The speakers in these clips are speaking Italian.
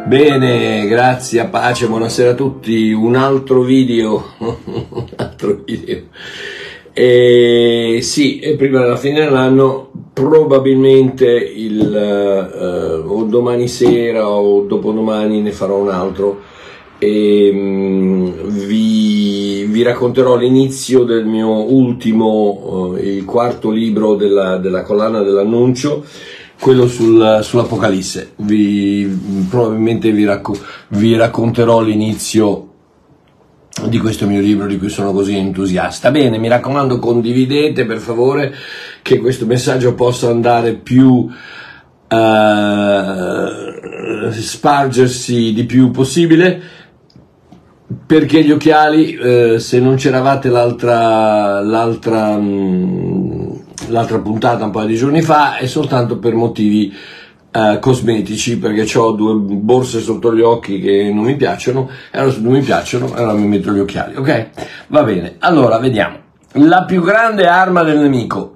Bene, grazie, a pace, buonasera a tutti, un altro video, un altro video. Sì, e prima della fine dell'anno, probabilmente o domani sera o dopodomani ne farò un altro e vi racconterò l'inizio del mio ultimo, il quarto libro della collana dell'annuncio, quello sull'Apocalisse. Probabilmente vi racconterò l'inizio di questo mio libro di cui sono così entusiasta. Bene, mi raccomando, condividete per favore, che questo messaggio possa andare più, spargersi di più possibile, perché gli occhiali, se non c'eravate l'altra puntata un paio di giorni fa, è soltanto per motivi cosmetici, perché ho due borse sotto gli occhi che non mi piacciono, e allora mi metto gli occhiali, ok? Va bene, allora vediamo. La più grande arma del nemico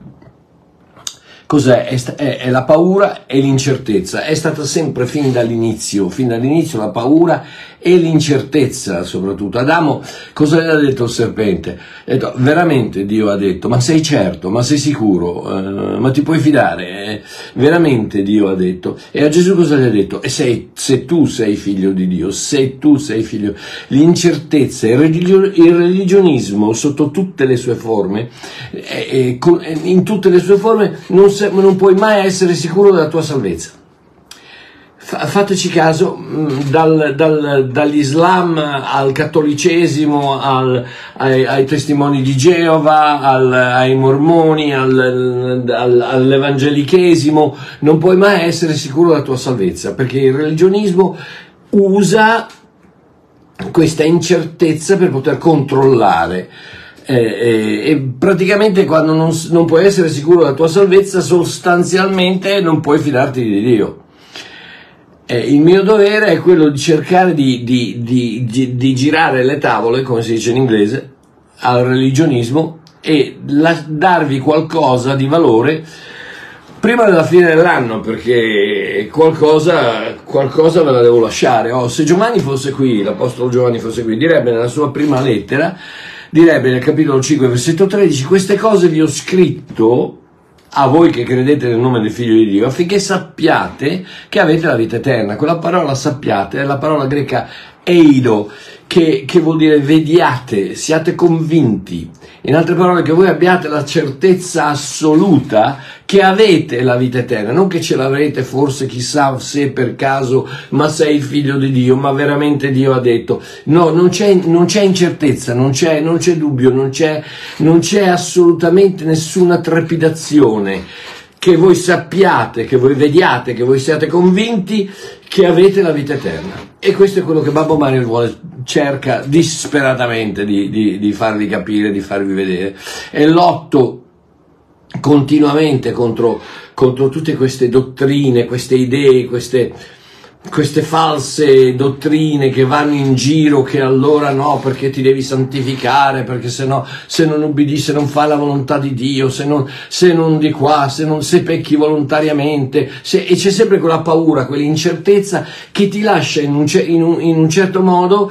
cos'è? È la paura e l'incertezza. È stata sempre fin dall'inizio la paura e l'incertezza, soprattutto. Adamo, cosa gli ha detto il serpente? Ha detto, veramente Dio ha detto, ma sei certo, ma sei sicuro, ma ti puoi fidare? Veramente Dio ha detto. E a Gesù cosa gli ha detto? Se tu sei figlio di Dio, se tu sei figlio. L'incertezza, il religionismo sotto tutte le sue forme, in tutte le sue forme, non puoi mai essere sicuro della tua salvezza. Fateci caso, dall'Islam al cattolicesimo, ai testimoni di Geova, ai mormoni, all'evangelichesimo, non puoi mai essere sicuro della tua salvezza, perché il religionismo usa questa incertezza per poter controllare. E praticamente quando non puoi essere sicuro della tua salvezza, sostanzialmente non puoi fidarti di Dio. Il mio dovere è quello di cercare di girare le tavole, come si dice in inglese, al religionismo e darvi qualcosa di valore prima della fine dell'anno, perché qualcosa ve la devo lasciare. Se Giovanni fosse qui, l'Apostolo Giovanni fosse qui, direbbe nella sua prima lettera, direbbe nel capitolo 5, versetto 13, queste cose vi ho scritto a voi che credete nel nome del Figlio di Dio, affinché sappiate che avete la vita eterna. Quella parola sappiate è la parola greca eido, che vuol dire vediate, siate convinti. In altre parole, che voi abbiate la certezza assoluta che avete la vita eterna, non che ce l'avrete forse chissà se per caso, ma sei il figlio di Dio, ma veramente Dio ha detto. No, non c'è incertezza, non c'è dubbio, non c'è assolutamente nessuna trepidazione. Che voi sappiate, che voi vediate, che voi siate convinti che avete la vita eterna. E questo è quello che Babbo Mario cerca disperatamente di farvi capire, di farvi vedere. E lotto continuamente contro tutte queste dottrine, queste idee, queste false dottrine che vanno in giro, che allora no, perché ti devi santificare, perché se no, se non ubbidisci, se non fai la volontà di Dio, se non di qua, se pecchi volontariamente, e c'è sempre quella paura, quell'incertezza che ti lascia in un certo modo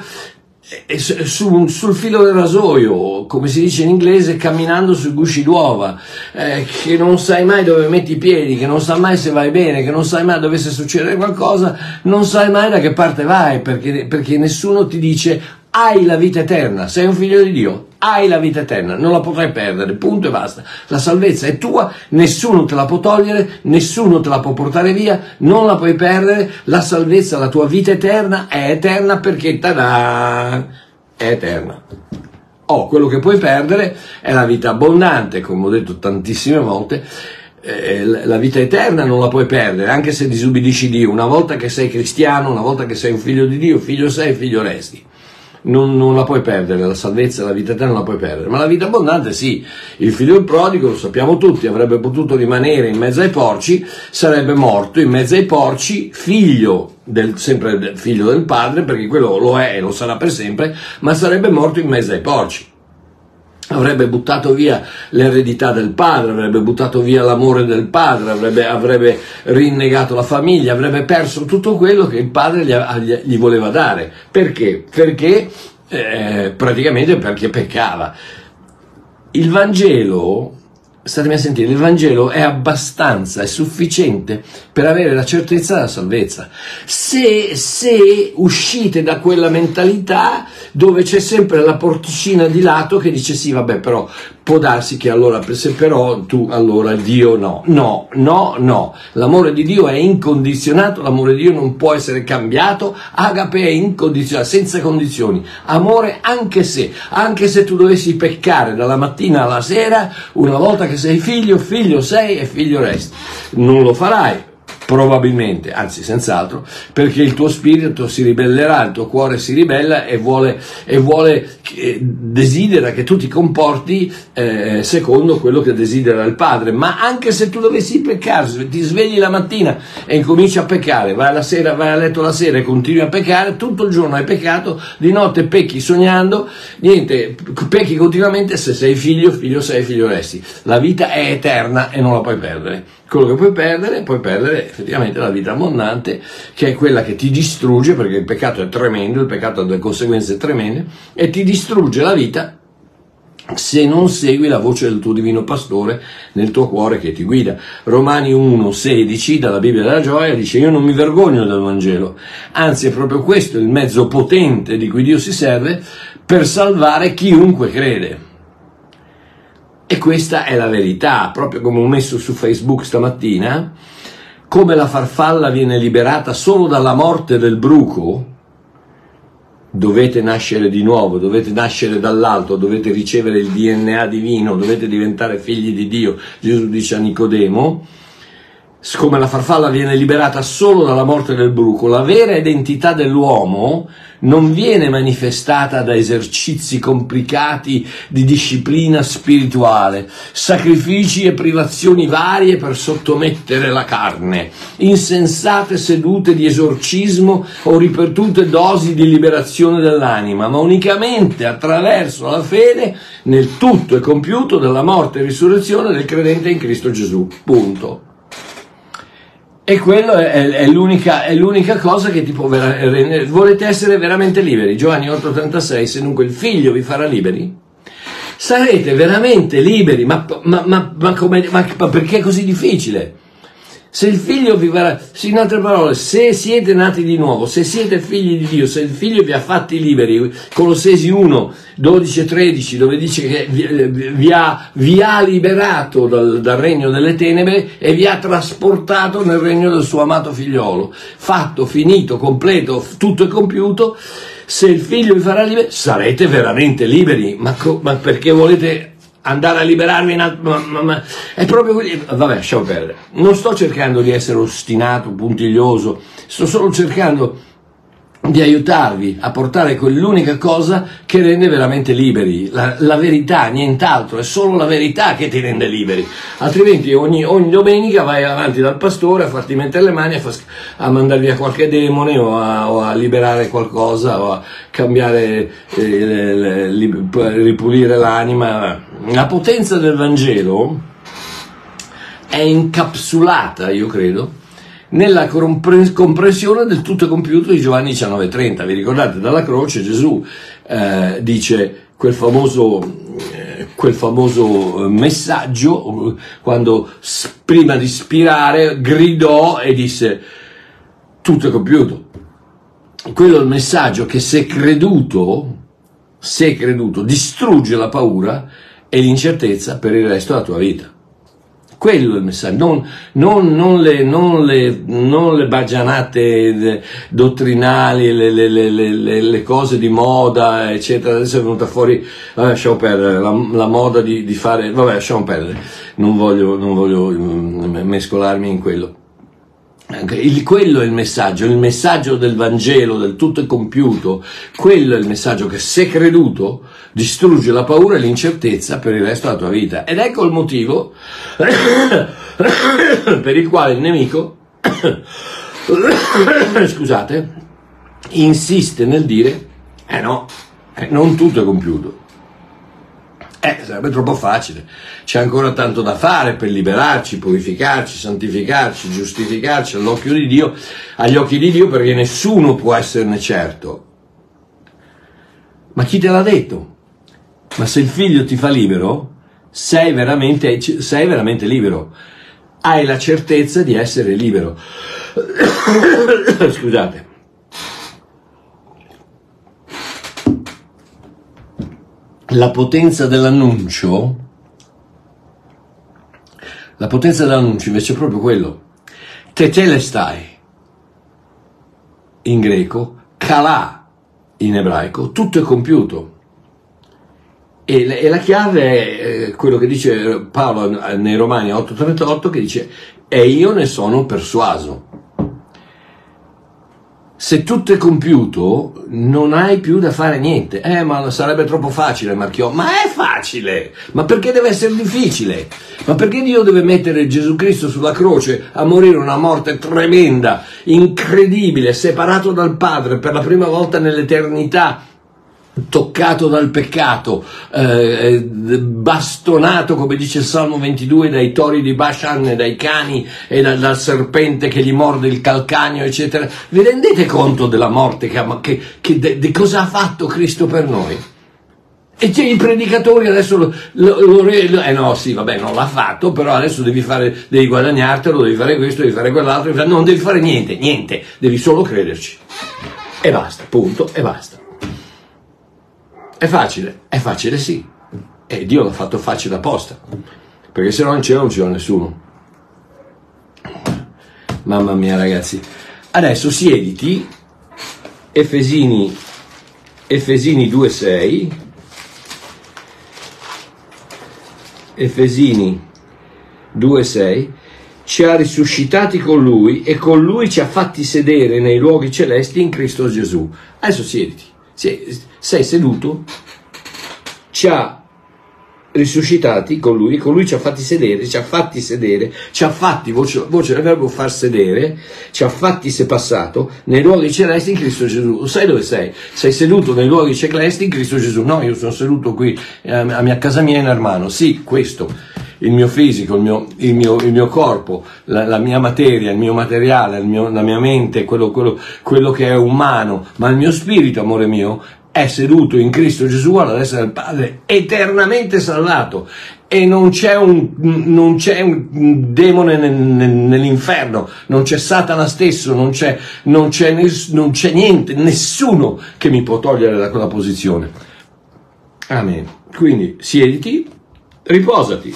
sul filo del rasoio, come si dice in inglese, camminando sui gusci d'uova, che non sai mai dove metti i piedi, che non sai mai se vai bene, che non sai mai dovesse succedere qualcosa, non sai mai da che parte vai, perché nessuno ti dice hai la vita eterna, sei un figlio di Dio, hai la vita eterna, non la potrai perdere, punto e basta. La salvezza è tua, nessuno te la può togliere, nessuno te la può portare via, non la puoi perdere. La salvezza, la tua vita eterna è eterna, perché tada, è eterna. Quello che puoi perdere è la vita abbondante, come ho detto tantissime volte. La vita eterna non la puoi perdere, anche se disubbidisci Dio. Una volta che sei cristiano, una volta che sei un figlio di Dio, figlio sei, figlio resti. Non la puoi perdere, la salvezza, la vita eterna non la puoi perdere, ma la vita abbondante sì. Il figlio del prodigo, lo sappiamo tutti, avrebbe potuto rimanere in mezzo ai porci, sarebbe morto in mezzo ai porci, sempre figlio del padre, perché quello lo è e lo sarà per sempre, ma sarebbe morto in mezzo ai porci. avrebbe buttato via l'eredità del padre, avrebbe buttato via l'amore del padre, avrebbe rinnegato la famiglia, avrebbe perso tutto quello che il padre gli voleva dare. Perché? Praticamente perché peccava. Il Vangelo, statemi a sentire, il Vangelo è abbastanza, è sufficiente per avere la certezza della salvezza. Se uscite da quella mentalità dove c'è sempre la porticina di lato che dice sì, vabbè, però può darsi che allora, se però tu, allora Dio no. L'amore di Dio è incondizionato, l'amore di Dio non può essere cambiato, agape è incondizionato, senza condizioni. Amore anche se tu dovessi peccare dalla mattina alla sera, una volta che sei figlio sei e figlio resti. Non lo farai, probabilmente, anzi senz'altro, perché il tuo spirito si ribellerà, il tuo cuore si ribella e desidera che tu ti comporti secondo quello che desidera il padre. Ma anche se tu dovessi peccare, ti svegli la mattina e incominci a peccare, vai a letto la sera e continui a peccare, tutto il giorno hai peccato, di notte pecchi sognando, niente, pecchi continuamente. Se sei figlio sei, figlio resti. La vita è eterna e non la puoi perdere. Quello che puoi perdere effettivamente la vita abbondante, che è quella che ti distrugge, perché il peccato è tremendo, il peccato ha delle conseguenze tremende, e ti distrugge la vita se non segui la voce del tuo divino pastore nel tuo cuore che ti guida. Romani 1,16 dalla Bibbia della Gioia dice: io non mi vergogno del Vangelo, anzi è proprio questo il mezzo potente di cui Dio si serve per salvare chiunque crede. E questa è la verità, proprio come ho messo su Facebook stamattina, come la farfalla viene liberata solo dalla morte del bruco. Dovete nascere di nuovo, dovete nascere dall'alto, dovete ricevere il DNA divino, dovete diventare figli di Dio. Gesù dice a Nicodemo, come la farfalla viene liberata solo dalla morte del bruco, la vera identità dell'uomo non viene manifestata da esercizi complicati di disciplina spirituale, sacrifici e privazioni varie per sottomettere la carne, insensate sedute di esorcismo o ripetute dosi di liberazione dell'anima, ma unicamente attraverso la fede nel tutto e compiuto della morte e risurrezione del credente in Cristo Gesù. Punto. E quello è l'unica cosa che ti può rendere. Volete essere veramente liberi? Giovanni 8,36, se dunque il figlio vi farà liberi, sarete veramente liberi. Ma perché è così difficile? Se il figlio vi farà, in altre parole, se siete nati di nuovo, se siete figli di Dio, se il figlio vi ha fatti liberi, Colossesi 1, 12 e 13, dove dice che vi ha liberato dal regno delle tenebre e vi ha trasportato nel regno del suo amato figliolo. Fatto, finito, completo, tutto è compiuto. Se il figlio vi farà liberi, sarete veramente liberi. Ma perché volete andare a liberarvi è proprio così. Vabbè, lasciamo perdere. Non sto cercando di essere ostinato, puntiglioso, sto solo cercando di aiutarvi a portare quell'unica cosa che rende veramente liberi, la verità, nient'altro, è solo la verità che ti rende liberi. Altrimenti ogni domenica vai avanti dal pastore a farti mettere le mani, a mandar via qualche demone o a liberare qualcosa o a cambiare, ripulire l'anima. La potenza del Vangelo è incapsulata, io credo, nella comprensione del tutto compiuto di Giovanni 19,30. Vi ricordate, dalla croce Gesù dice quel famoso messaggio, quando prima di spirare gridò e disse tutto è compiuto. Quello è il messaggio che se creduto distrugge la paura e l'incertezza per il resto della tua vita. Quello è il messaggio, non le baggianate dottrinali, le cose di moda, eccetera. Adesso è venuta fuori, vabbè, lasciamo perdere, la moda di fare, vabbè, lasciamo perdere, non voglio mescolarmi in quello. Quello è il messaggio del Vangelo, del tutto è compiuto. Quello è il messaggio che, se creduto, distrugge la paura e l'incertezza per il resto della tua vita. Ed ecco il motivo per il quale il nemico scusate, insiste nel dire non tutto è compiuto. Sarebbe troppo facile. C'è ancora tanto da fare per liberarci, purificarci, santificarci, giustificarci all'occhio di Dio, agli occhi di Dio, perché nessuno può esserne certo. Ma chi te l'ha detto? Ma se il Figlio ti fa libero, sei veramente libero. Hai la certezza di essere libero. Scusate. La potenza dell'annuncio invece è proprio quello. Tetelestai in greco, kalà in ebraico, tutto è compiuto. E la chiave è quello che dice Paolo nei Romani 8,38, che dice: e io ne sono persuaso. Se tutto è compiuto, non hai più da fare niente. Ma sarebbe troppo facile, Marchiò. Ma è facile! Ma perché deve essere difficile? Ma perché Dio deve mettere Gesù Cristo sulla croce a morire una morte tremenda, incredibile, separato dal Padre per la prima volta nell'eternità, toccato dal peccato, bastonato, come dice il Salmo 22, dai tori di Bashan e dai cani e dal serpente che gli morde il calcagno, eccetera. Vi rendete conto della morte, di cosa ha fatto Cristo per noi? E i predicatori adesso no, sì, vabbè, non l'ha fatto, però adesso devi guadagnartelo, devi fare questo, devi fare quell'altro, non devi fare niente, devi solo crederci. E basta, punto, e basta. È facile sì, e Dio l'ha fatto facile apposta, perché se no in cielo non ci va nessuno. Mamma mia, ragazzi. Adesso siediti, Efesini 2,6, Efesini 2,6, ci ha risuscitati con Lui e con Lui ci ha fatti sedere nei luoghi celesti in Cristo Gesù. Adesso siediti. Sei seduto, ci ha risuscitati con lui ci ha fatti sedere, voce del verbo far sedere, ci ha fatti se passato nei luoghi celesti in Cristo Gesù. Sai dove sei? Sei seduto nei luoghi celesti in Cristo Gesù. No, io sono seduto qui a casa mia in Ermano. Sì, questo, il mio fisico, il mio corpo, la mia materia, il mio materiale, la mia mente, quello che è umano, ma il mio spirito, amore mio, è seduto in Cristo Gesù alla destra del Padre, eternamente salvato, e non c'è un demone nell'inferno, non c'è Satana stesso, non c'è niente, nessuno che mi può togliere da quella posizione. Amen. Quindi siediti, riposati.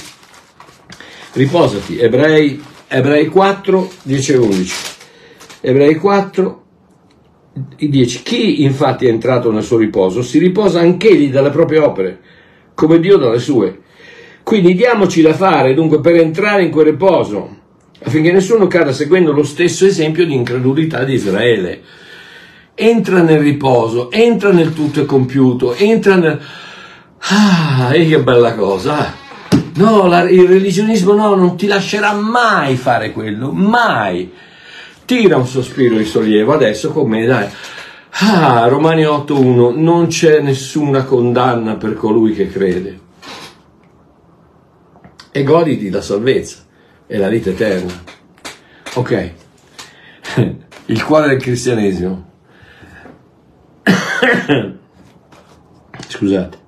Ebrei 4, 10 e 11. Ebrei 4, 10. Chi infatti è entrato nel suo riposo si riposa anch'egli dalle proprie opere, come Dio dalle sue. Quindi diamoci da fare dunque per entrare in quel riposo, affinché nessuno cada seguendo lo stesso esempio di incredulità di Israele. Entra nel riposo, entra nel tutto è compiuto, entra nel... che bella cosa! No, il religionismo non ti lascerà mai fare quello, mai. Tira un sospiro di sollievo adesso con me, dai. Romani 8,1, non c'è nessuna condanna per colui che crede. E goditi la salvezza e la vita eterna. Ok, il cuore del cristianesimo. Scusate.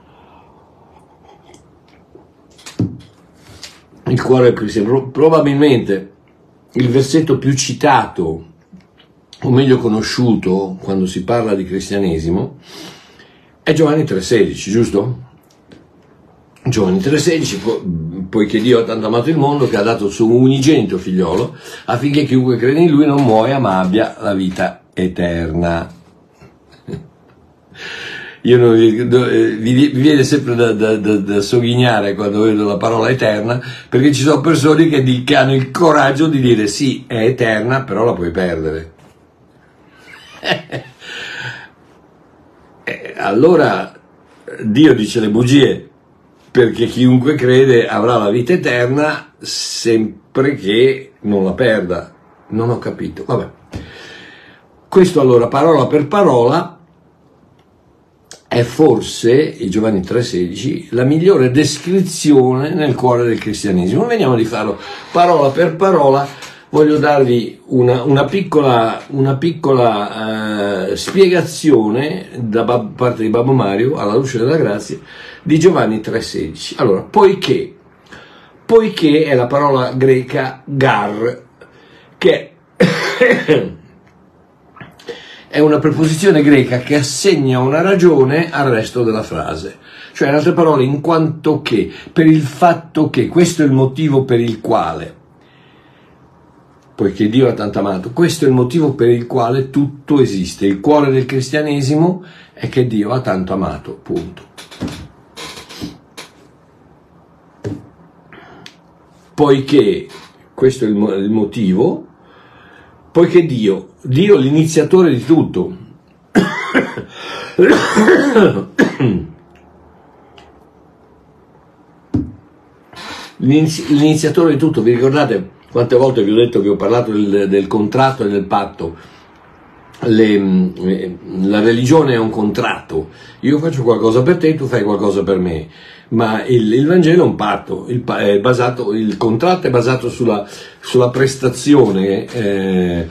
Il cuore del cristianesimo, probabilmente il versetto più citato, o meglio conosciuto, quando si parla di cristianesimo, è Giovanni 3,16, giusto? Giovanni 3,16, poiché Dio ha tanto amato il mondo che ha dato il suo unigenito figliolo, affinché chiunque crede in lui non muoia ma abbia la vita eterna. Vi viene sempre da sogghignare quando vedo la parola eterna, perché ci sono persone che hanno il coraggio di dire sì, è eterna, però la puoi perdere. Allora Dio dice le bugie, perché chiunque crede avrà la vita eterna sempre che non la perda. Non ho capito, vabbè. Questo allora, parola per parola, è forse, Giovanni 3,16, la migliore descrizione nel cuore del cristianesimo. Veniamo di farlo parola per parola. Voglio darvi una piccola spiegazione da parte di Babbo Mario, alla luce della grazia, di Giovanni 3,16. Allora, poiché è la parola greca gar, che è una preposizione greca che assegna una ragione al resto della frase. Cioè, in altre parole, in quanto che, per il fatto che, questo è il motivo per il quale, poiché Dio ha tanto amato, questo è il motivo per il quale tutto esiste. Il cuore del cristianesimo è che Dio ha tanto amato, punto. Poiché, questo è il motivo, poiché Dio è l'iniziatore di tutto, l'iniziatore di tutto, vi ricordate quante volte vi ho detto che ho parlato del contratto e del patto? La religione è un contratto, io faccio qualcosa per te, tu fai qualcosa per me, ma il Vangelo è un patto, il contratto è basato sulla prestazione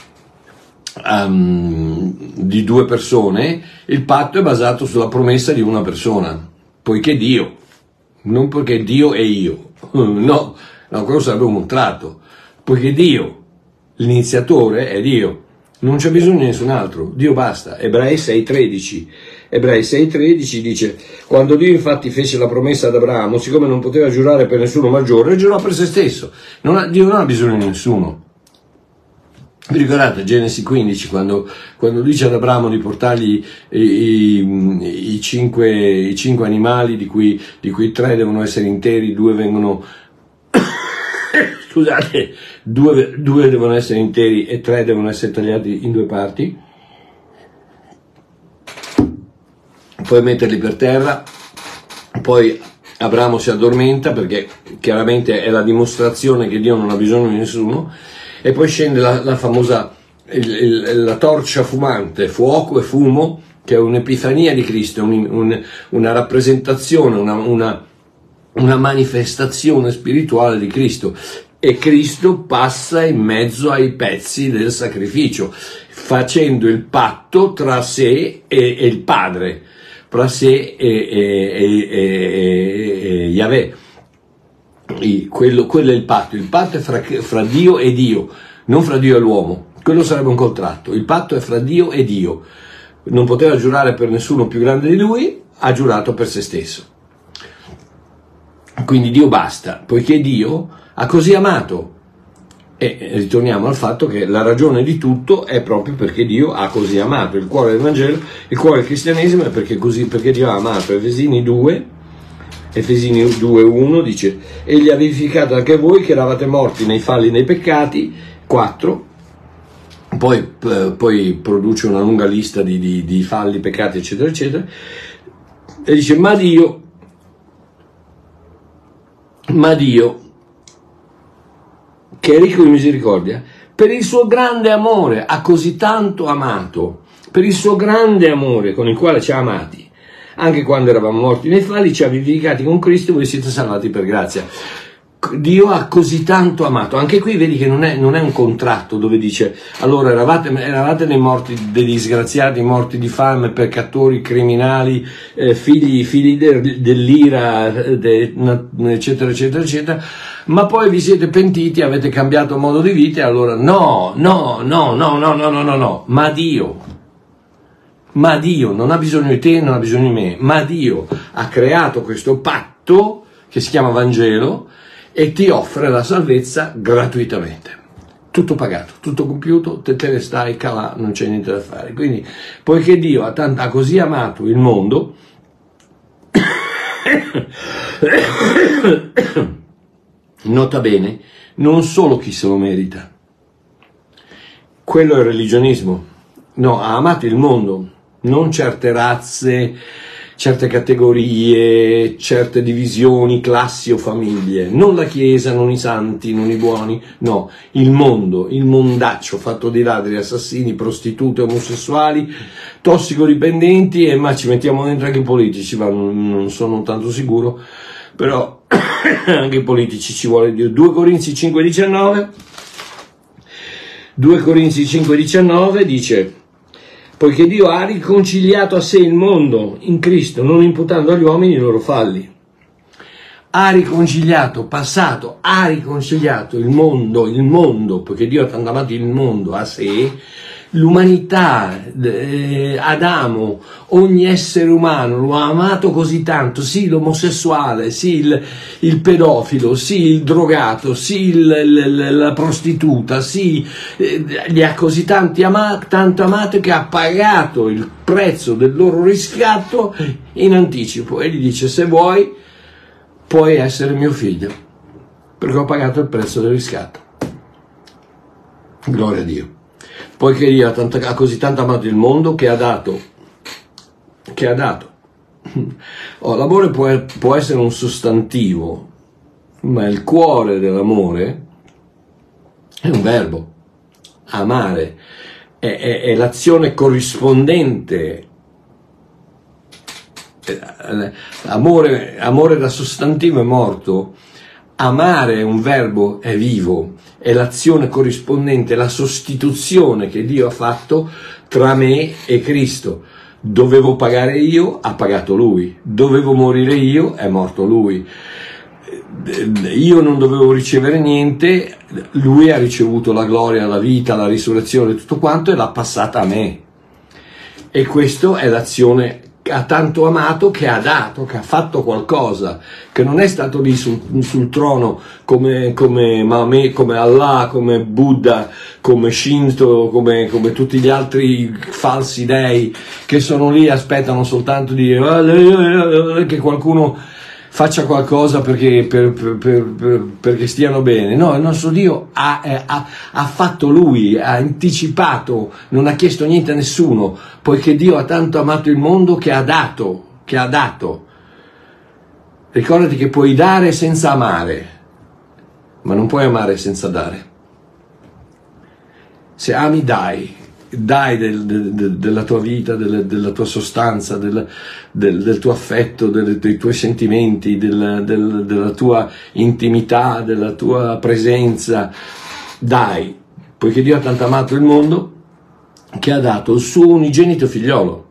di due persone, il patto è basato sulla promessa di una persona, poiché Dio, non perché Dio e io, no, quello sarebbe un contratto, poiché Dio, l'iniziatore è Dio. Non c'è bisogno di nessun altro, Dio basta. Ebrei 6,13 dice: quando Dio infatti fece la promessa ad Abramo, siccome non poteva giurare per nessuno maggiore, giurò per se stesso. Dio non ha bisogno di nessuno. Vi ricordate Genesi 15 quando dice ad Abramo di portargli i cinque animali di cui 3 devono essere interi, 2 vengono scusate, 2 devono essere interi e 3 devono essere tagliati in 2 parti, poi metterli per terra, poi Abramo si addormenta perché chiaramente è la dimostrazione che Dio non ha bisogno di nessuno, e poi scende la famosa la torcia fumante, fuoco e fumo, che è un'epifania di Cristo, una rappresentazione, una manifestazione spirituale di Cristo, e Cristo passa in mezzo ai pezzi del sacrificio, facendo il patto tra sé e il Padre, tra sé e Yahweh. Quello è il patto è fra Dio e Dio, non fra Dio e l'uomo. Quello sarebbe un contratto. Il patto è fra Dio e Dio. Non poteva giurare per nessuno più grande di lui, ha giurato per se stesso. Quindi Dio basta, poiché Dio ha così amato. E ritorniamo al fatto che la ragione di tutto è proprio perché Dio ha così amato. Il cuore del Vangelo, il cuore del cristianesimo è perché Dio ha amato. Efesini 2:1 dice: egli ha vivificato anche voi che eravate morti nei falli e nei peccati. 4, poi produce una lunga lista di falli, peccati, eccetera eccetera, e dice: ma Dio, che è ricco di misericordia, per il suo grande amore ha così tanto amato, per il suo grande amore con il quale ci ha amati, anche quando eravamo morti nei falli, ci ha vivificati con Cristo, voi siete salvati per grazia. Dio ha così tanto amato. Anche qui vedi che non è un contratto dove dice: allora eravate nei morti, dei disgraziati, morti di fame, peccatori, criminali, figli dell'ira, eccetera eccetera eccetera, ma poi vi siete pentiti, avete cambiato modo di vita, e allora no, ma Dio non ha bisogno di te, non ha bisogno di me, ma Dio ha creato questo patto che si chiama Vangelo e ti offre la salvezza gratuitamente. Tutto pagato, tutto compiuto, te ne stai calà, non c'è niente da fare. Quindi, poiché Dio ha così amato il mondo, nota bene, non solo chi se lo merita, quello è il religionismo, no, ha amato il mondo, non certe razze, certe categorie, certe divisioni, classi o famiglie, non la Chiesa, non i santi, non i buoni, no, il mondo, il mondaccio fatto di ladri, assassini, prostitute, omosessuali, tossicodipendenti, ma ci mettiamo dentro anche i politici, ma non sono tanto sicuro, però anche i politici ci vuole Dio. 2 Corinzi 5,19 dice: poiché Dio ha riconciliato a sé il mondo in Cristo, non imputando agli uomini i loro falli. Ha riconciliato, passato, ha riconciliato il mondo, poiché Dio ha tanto amato il mondo a sé, l'umanità, Adamo, ogni essere umano lo ha amato così tanto, sì l'omosessuale, sì il pedofilo, sì il drogato, sì la prostituta, sì, li ha così tanto amato che ha pagato il prezzo del loro riscatto in anticipo e gli dice: se vuoi puoi essere mio figlio, perché ho pagato il prezzo del riscatto. Gloria a Dio. Poiché Dio ha così tanto amato il mondo che ha dato. L'amore può essere un sostantivo, ma il cuore dell'amore è un verbo. Amare è l'azione corrispondente. Amore da sostantivo è morto, amare è un verbo, è vivo, è l'azione corrispondente, la sostituzione che Dio ha fatto tra me e Cristo. Dovevo pagare io, ha pagato Lui. Dovevo morire io, è morto Lui. Io non dovevo ricevere niente, Lui ha ricevuto la gloria, la vita, la risurrezione, tutto quanto, e l'ha passata a me. E questa è l'azione. Ha tanto amato che ha dato, che ha fatto qualcosa, che non è stato lì sul trono come Mahomet, come Allah, come Buddha, come Shinto, come tutti gli altri falsi dei che sono lì e aspettano soltanto di che qualcuno faccia qualcosa perché stiano bene. No, il nostro Dio ha fatto Lui, ha anticipato, non ha chiesto niente a nessuno, poiché Dio ha tanto amato il mondo che ha dato. Ricordati che puoi dare senza amare, ma non puoi amare senza dare. Se ami, dai della tua vita, della tua sostanza, del tuo affetto, dei tuoi sentimenti, della tua intimità, della tua presenza. Dai, poiché Dio ha tanto amato il mondo che ha dato il suo unigenito figliolo.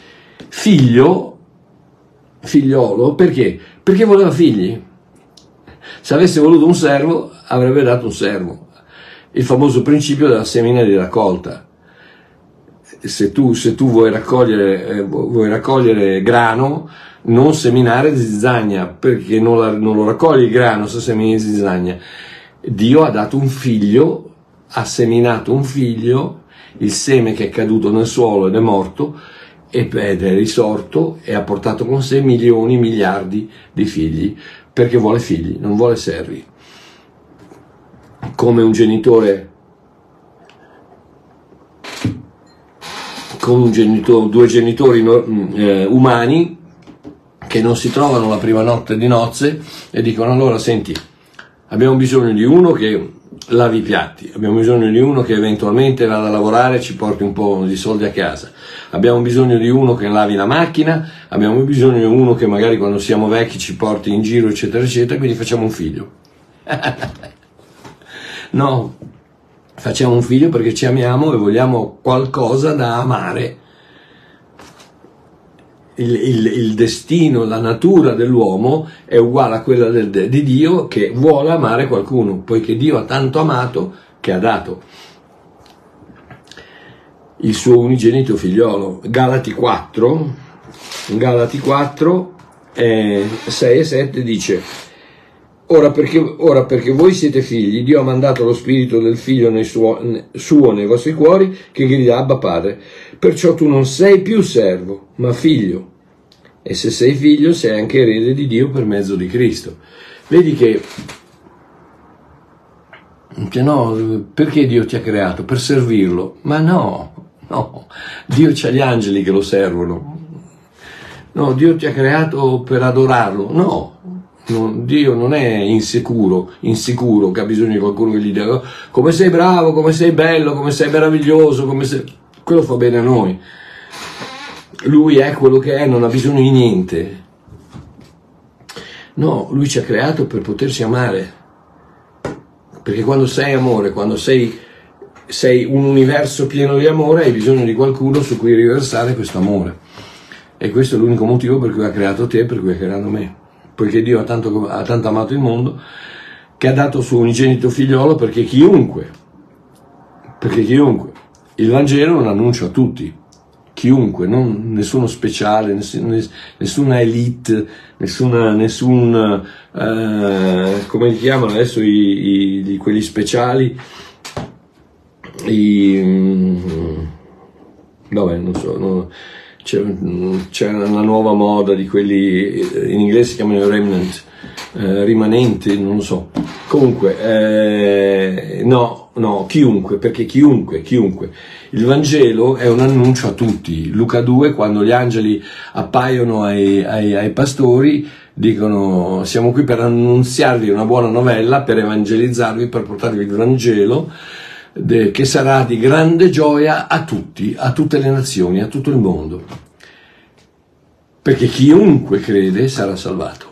Figliolo, perché? Perché voleva figli. Se avesse voluto un servo, avrebbe dato un servo. Il famoso principio della semina di raccolta. Se tu vuoi raccogliere grano, non seminare zizzagna, perché non lo raccogli il grano se semini zizzagna. Dio ha dato un figlio, ha seminato un figlio, il seme che è caduto nel suolo ed è morto, ed è risorto e ha portato con sé milioni, miliardi di figli, perché vuole figli, non vuole servi. Come un genitore, due genitori umani che non si trovano la prima notte di nozze e dicono: allora senti, abbiamo bisogno di uno che lavi i piatti, abbiamo bisogno di uno che eventualmente vada a lavorare e ci porti un po' di soldi a casa, abbiamo bisogno di uno che lavi la macchina, abbiamo bisogno di uno che magari quando siamo vecchi ci porti in giro, eccetera eccetera, quindi facciamo un figlio. No, facciamo un figlio perché ci amiamo e vogliamo qualcosa da amare. Il destino, la natura dell'uomo è uguale a quella di Dio, che vuole amare qualcuno, poiché Dio ha tanto amato che ha dato il suo unigenito figliolo. Galati 4, 6 e 7 dice: Ora perché voi siete figli, Dio ha mandato lo spirito del figlio suo nei vostri cuori, che grida Abba Padre. Perciò tu non sei più servo, ma figlio. E se sei figlio, sei anche erede di Dio per mezzo di Cristo. Vedi che no, perché Dio ti ha creato? Per servirlo? Ma no, Dio c'ha gli angeli che lo servono. No, Dio ti ha creato per adorarlo. No, Dio non è insicuro, che ha bisogno di qualcuno che gli dica come sei bravo, come sei bello, come sei meraviglioso, come sei... Quello fa bene a noi. Lui è quello che è, non ha bisogno di niente. No, lui ci ha creato per poterci amare. Perché quando sei amore, quando sei un universo pieno di amore, hai bisogno di qualcuno su cui riversare questo amore. E questo è l'unico motivo per cui ha creato te, per cui ha creato me. Poiché Dio ha tanto amato il mondo, che ha dato suo unigenito figliolo, perché chiunque, il Vangelo è un annuncio a tutti, chiunque, nessuno speciale, nessuna elite, nessun come li chiamano adesso quelli speciali, vabbè, non so, no, c'è una nuova moda di quelli, in inglese si chiamano remnant, rimanenti, non lo so. Comunque, no, chiunque, perché chiunque. Il Vangelo è un annuncio a tutti. Luca 2, quando gli angeli appaiono ai pastori, dicono: siamo qui per annunziarvi una buona novella, per evangelizzarvi, per portarvi il Vangelo, che sarà di grande gioia a tutti, a tutte le nazioni, a tutto il mondo, perché chiunque crede sarà salvato.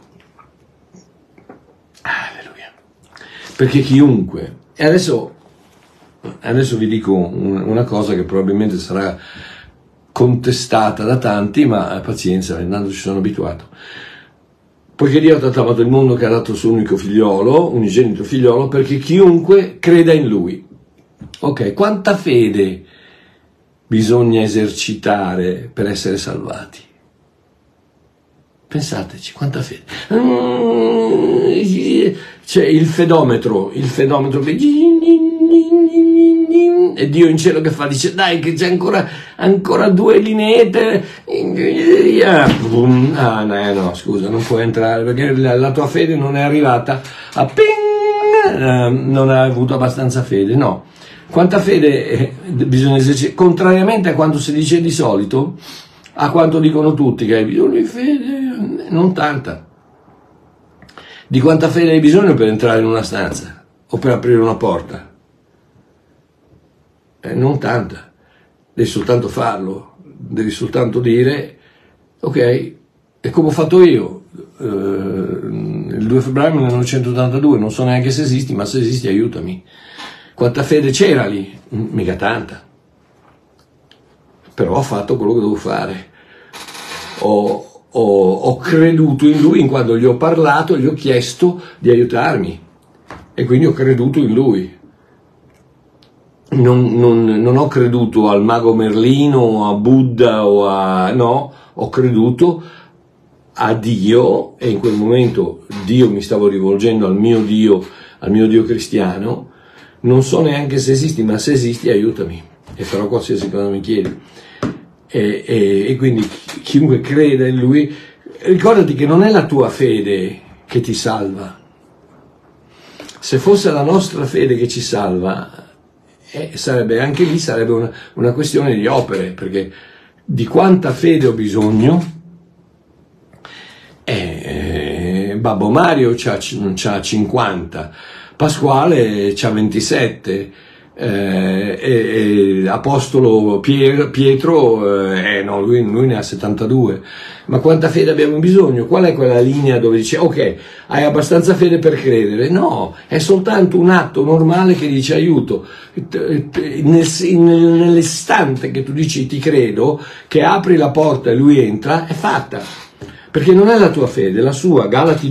Alleluia. Perché chiunque. E adesso vi dico una cosa che probabilmente sarà contestata da tanti, ma pazienza, intanto ci sono abituato. Poiché Dio ha tanto amato il mondo che ha dato il suo unico figliolo, unigenito figliolo, perché chiunque creda in lui. Ok, quanta fede bisogna esercitare per essere salvati? Pensateci, quanta fede. C'è il fedometro che... E Dio in cielo che fa? Dice: dai, che c'è ancora 2 lineette. No, scusa, non puoi entrare perché la tua fede non è arrivata a ping, non hai avuto abbastanza fede, no. Quanta fede bisogna esercitare? Contrariamente a quanto si dice di solito, a quanto dicono tutti che hai bisogno di fede, non tanta. Di quanta fede hai bisogno per entrare in una stanza o per aprire una porta? Non tanta. Devi soltanto farlo, devi soltanto dire: ok, è come ho fatto io il 2 febbraio 1982, non so neanche se esisti, ma se esisti aiutami. Quanta fede c'era lì? Mica tanta. Però ho fatto quello che dovevo fare. Ho creduto in lui, in quando gli ho parlato, gli ho chiesto di aiutarmi. E quindi ho creduto in lui. Non ho creduto al mago Merlino o a Buddha no, ho creduto a Dio, e in quel momento Dio mi stavo rivolgendo al mio Dio cristiano. Non so neanche se esisti, ma se esisti aiutami e farò qualsiasi cosa mi chiedi. E quindi chiunque creda in lui, ricordati che non è la tua fede che ti salva. Se fosse la nostra fede che ci salva, sarebbe anche lì una questione di opere, perché di quanta fede ho bisogno? Babbo Mario c'ha 50, Pasquale c'ha 27, Apostolo Pietro no, lui ne ha 72. Ma quanta fede abbiamo bisogno? Qual è quella linea dove dice: ok, hai abbastanza fede per credere? No, è soltanto un atto normale che dice aiuto. Nell'istante che tu dici ti credo, che apri la porta e lui entra, è fatta. Perché non è la tua fede, la sua. Galati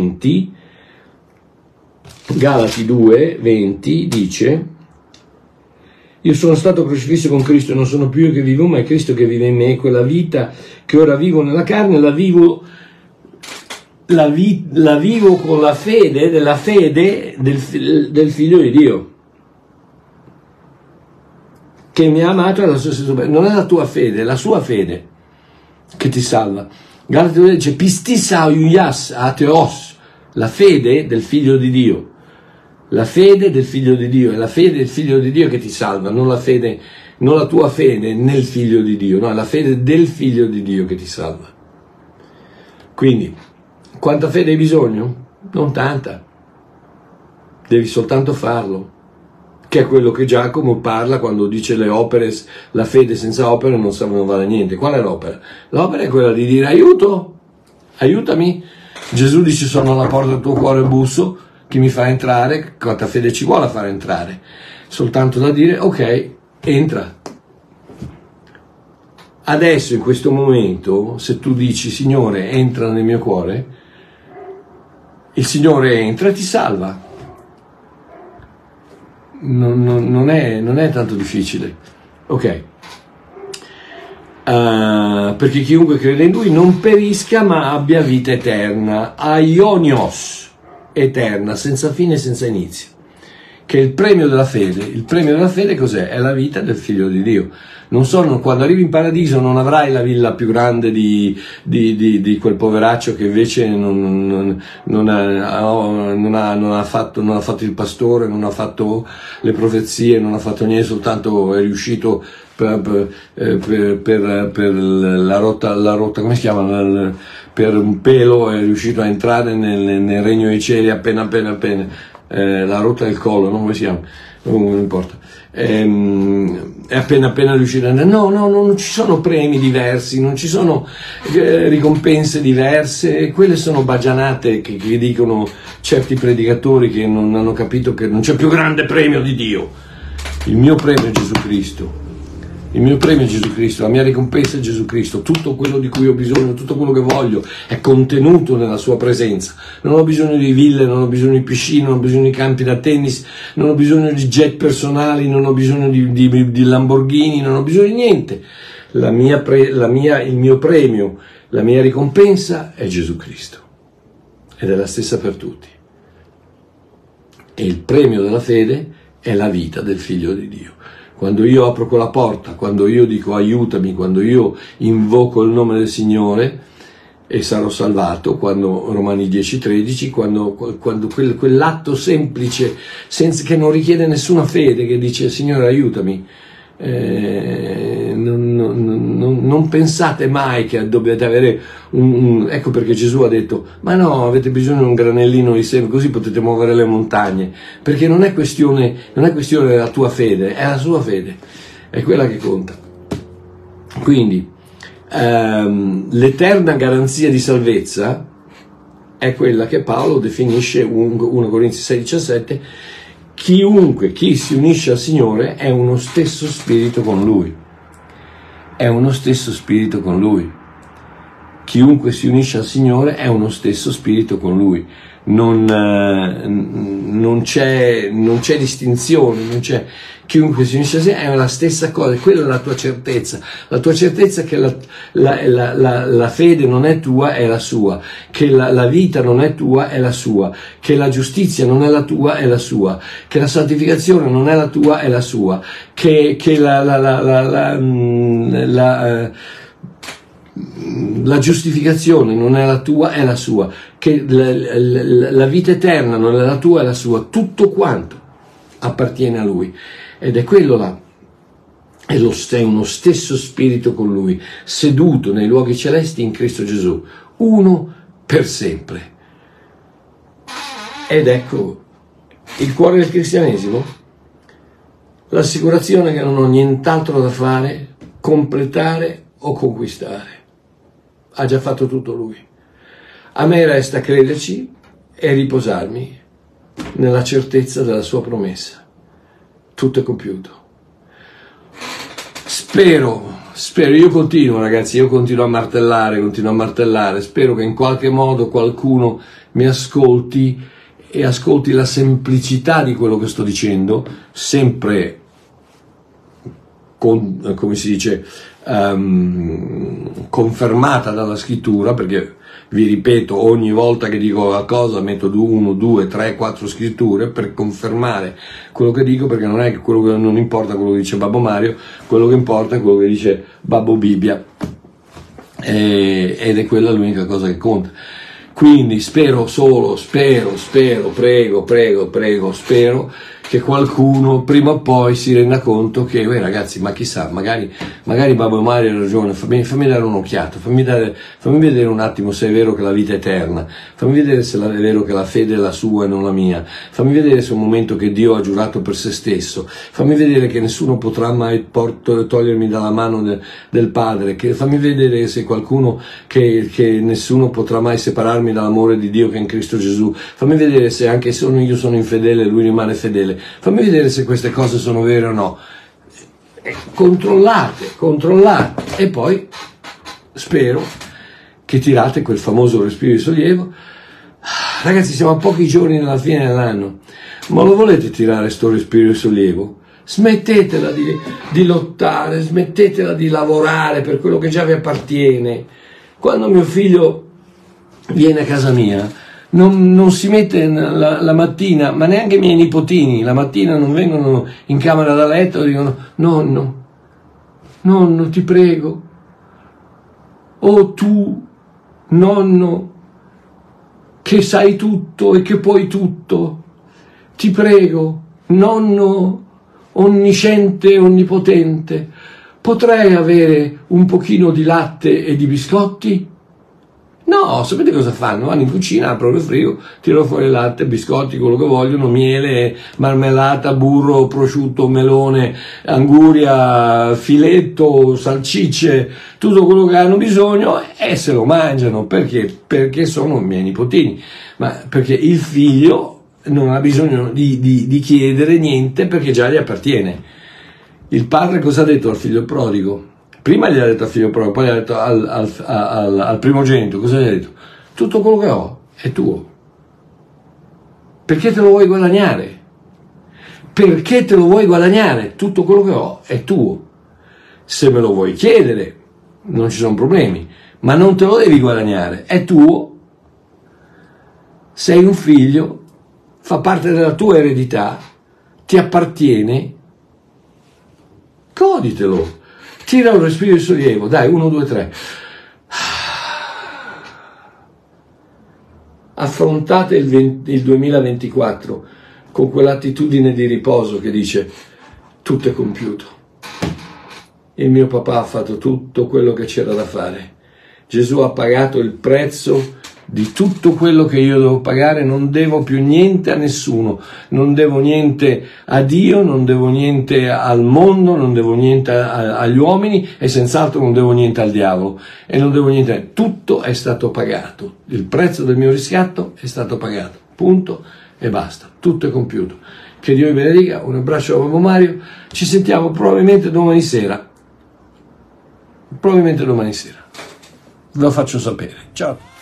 2:20 dice: io sono stato crocifisso con Cristo, non sono più io che vivo, ma è Cristo che vive in me. Quella vita che ora vivo nella carne la vivo con la fede del Figlio di Dio, che mi ha amato alla sua stessa. Non è la tua fede, è la sua fede che ti salva. Galati 2 dice: pistis aiuias ateos, la fede del Figlio di Dio. La fede del Figlio di Dio, è la fede del Figlio di Dio che ti salva, non la tua fede nel Figlio di Dio, no, è la fede del Figlio di Dio che ti salva. Quindi, quanta fede hai bisogno? Non tanta, devi soltanto farlo, che è quello che Giacomo parla quando dice le opere, la fede senza opere non vale a niente. Qual è l'opera? L'opera è quella di dire aiuto, aiutami. Gesù dice sono alla porta del tuo cuore e busso, chi mi fa entrare? Quanta fede ci vuole a far entrare? Soltanto da dire ok, entra. Adesso in questo momento, se tu dici Signore entra nel mio cuore, il Signore entra e ti salva. Non è tanto difficile, ok? Perché chiunque crede in Lui non perisca ma abbia vita eterna, aionios, eterna, senza fine e senza inizio, che è il premio della fede. Il premio della fede cos'è? È la vita del Figlio di Dio. Non sono, quando arrivi in paradiso non avrai la villa più grande di quel poveraccio che invece non ha fatto il pastore, non ha fatto le profezie, non ha fatto niente, soltanto è riuscito per la rotta, come si chiama? Per un pelo è riuscito a entrare nel regno dei cieli appena, la rotta del collo, non come si chiama? Non importa. È appena riuscito a andare. No, non ci sono premi diversi, non ci sono ricompense diverse, quelle sono bagianate che dicono certi predicatori che non hanno capito che non c'è più grande premio di Dio. Il mio premio è Gesù Cristo. Il mio premio è Gesù Cristo, la mia ricompensa è Gesù Cristo, tutto quello di cui ho bisogno, tutto quello che voglio è contenuto nella sua presenza. Non ho bisogno di ville, non ho bisogno di piscine, non ho bisogno di campi da tennis, non ho bisogno di jet personali, non ho bisogno di Lamborghini, non ho bisogno di niente. Il mio premio, la mia ricompensa è Gesù Cristo ed è la stessa per tutti. E il premio della fede è la vita del Figlio di Dio. Quando io apro quella porta, quando io dico aiutami, quando io invoco il nome del Signore e sarò salvato, quando Romani 10,13, quando quell'atto semplice, senza, che non richiede nessuna fede, che dice Signore aiutami, non pensate mai che dovete avere ecco perché Gesù ha detto ma no, avete bisogno di un granellino di seme così potete muovere le montagne, perché non è questione della tua fede, è la sua fede, è quella che conta. Quindi l'eterna garanzia di salvezza è quella che Paolo definisce 1 Corinzi 6,17: chi si unisce al Signore è uno stesso spirito con Lui. È uno stesso spirito con Lui. Chiunque si unisce al Signore è uno stesso spirito con Lui. Non c'è distinzione, non c'è. Chiunque si unisce al Signore è la stessa cosa, quella è la tua certezza. La tua certezza è che la fede non è tua, è la sua, che la vita non è tua, è la sua, che la giustizia non è la tua, è la sua, che la santificazione non è la tua, è la sua, che la giustificazione non è la tua, è la sua, che la vita eterna non è la tua, è la sua, tutto quanto appartiene a Lui. Ed è quello là, è uno stesso spirito con Lui, seduto nei luoghi celesti in Cristo Gesù, uno per sempre. Ed ecco il cuore del cristianesimo, l'assicurazione che non ho nient'altro da fare, completare o conquistare. Ha già fatto tutto Lui. A me resta crederci e riposarmi nella certezza della sua promessa. Tutto è compiuto. Spero, io continuo ragazzi, io continuo a martellare, spero che in qualche modo qualcuno mi ascolti e ascolti la semplicità di quello che sto dicendo, sempre come si dice, confermata dalla scrittura, perché vi ripeto, ogni volta che dico qualcosa metto 1, 2, 3, 4 scritture per confermare quello che dico, perché non è che quello che non importa quello che dice Babbo Mario, quello che importa è quello che dice Babbo Bibbia, ed è quella l'unica cosa che conta. Quindi spero che qualcuno prima o poi si renda conto che, ragazzi, ma chissà, magari Babbo Mario ha ragione, fammi dare un'occhiata, fammi vedere un attimo se è vero che la vita è eterna, fammi vedere se è vero che la fede è la sua e non la mia, fammi vedere se è un momento che Dio ha giurato per se stesso, fammi vedere che nessuno potrà mai togliermi dalla mano del Padre, fammi vedere se qualcuno che nessuno potrà mai separarmi dall'amore di Dio che è in Cristo Gesù, fammi vedere se anche se io sono infedele lui rimane fedele. Fammi vedere se queste cose sono vere o no. Controllate e poi spero che tirate quel famoso respiro di sollievo. Ragazzi, siamo a pochi giorni dalla fine dell'anno, ma lo volete tirare sto respiro di sollievo? Smettetela di lottare, smettetela di lavorare per quello che già vi appartiene. Quando mio figlio viene a casa mia non si mette la mattina, ma neanche i miei nipotini la mattina non vengono in camera da letto e dicono: nonno, ti prego, o tu, nonno, che sai tutto e che puoi tutto, ti prego, nonno onnisciente e onnipotente, potrei avere un pochino di latte e di biscotti? No, sapete cosa fanno? Vanno in cucina, aprono il frigo, tirano fuori latte, biscotti, quello che vogliono, miele, marmellata, burro, prosciutto, melone, anguria, filetto, salsicce, tutto quello che hanno bisogno e se lo mangiano. Perché? Perché sono i miei nipotini, ma perché il figlio non ha bisogno di chiedere niente perché già gli appartiene. Il padre cosa ha detto al figlio prodigo? Prima gli ha detto al figlio prodigo, poi gli ha detto al primogenito, cosa gli ha detto? Tutto quello che ho è tuo. Perché te lo vuoi guadagnare? Perché te lo vuoi guadagnare? Tutto quello che ho è tuo. Se me lo vuoi chiedere, non ci sono problemi, ma non te lo devi guadagnare, è tuo. Sei un figlio, fa parte della tua eredità, ti appartiene, goditelo. Tira un respiro di sollievo, dai, 1, 2, 3. Affrontate il 2024 con quell'attitudine di riposo che dice: tutto è compiuto. Il mio papà ha fatto tutto quello che c'era da fare. Gesù ha pagato il prezzo di tutto quello che io devo pagare, non devo più niente a nessuno, non devo niente a Dio, non devo niente al mondo, non devo niente agli uomini e senz'altro non devo niente al diavolo e non devo niente, tutto è stato pagato, il prezzo del mio riscatto è stato pagato, punto e basta, tutto è compiuto. Che Dio vi benedica, un abbraccio a Babbo Mario, ci sentiamo probabilmente domani sera, ve lo faccio sapere, ciao.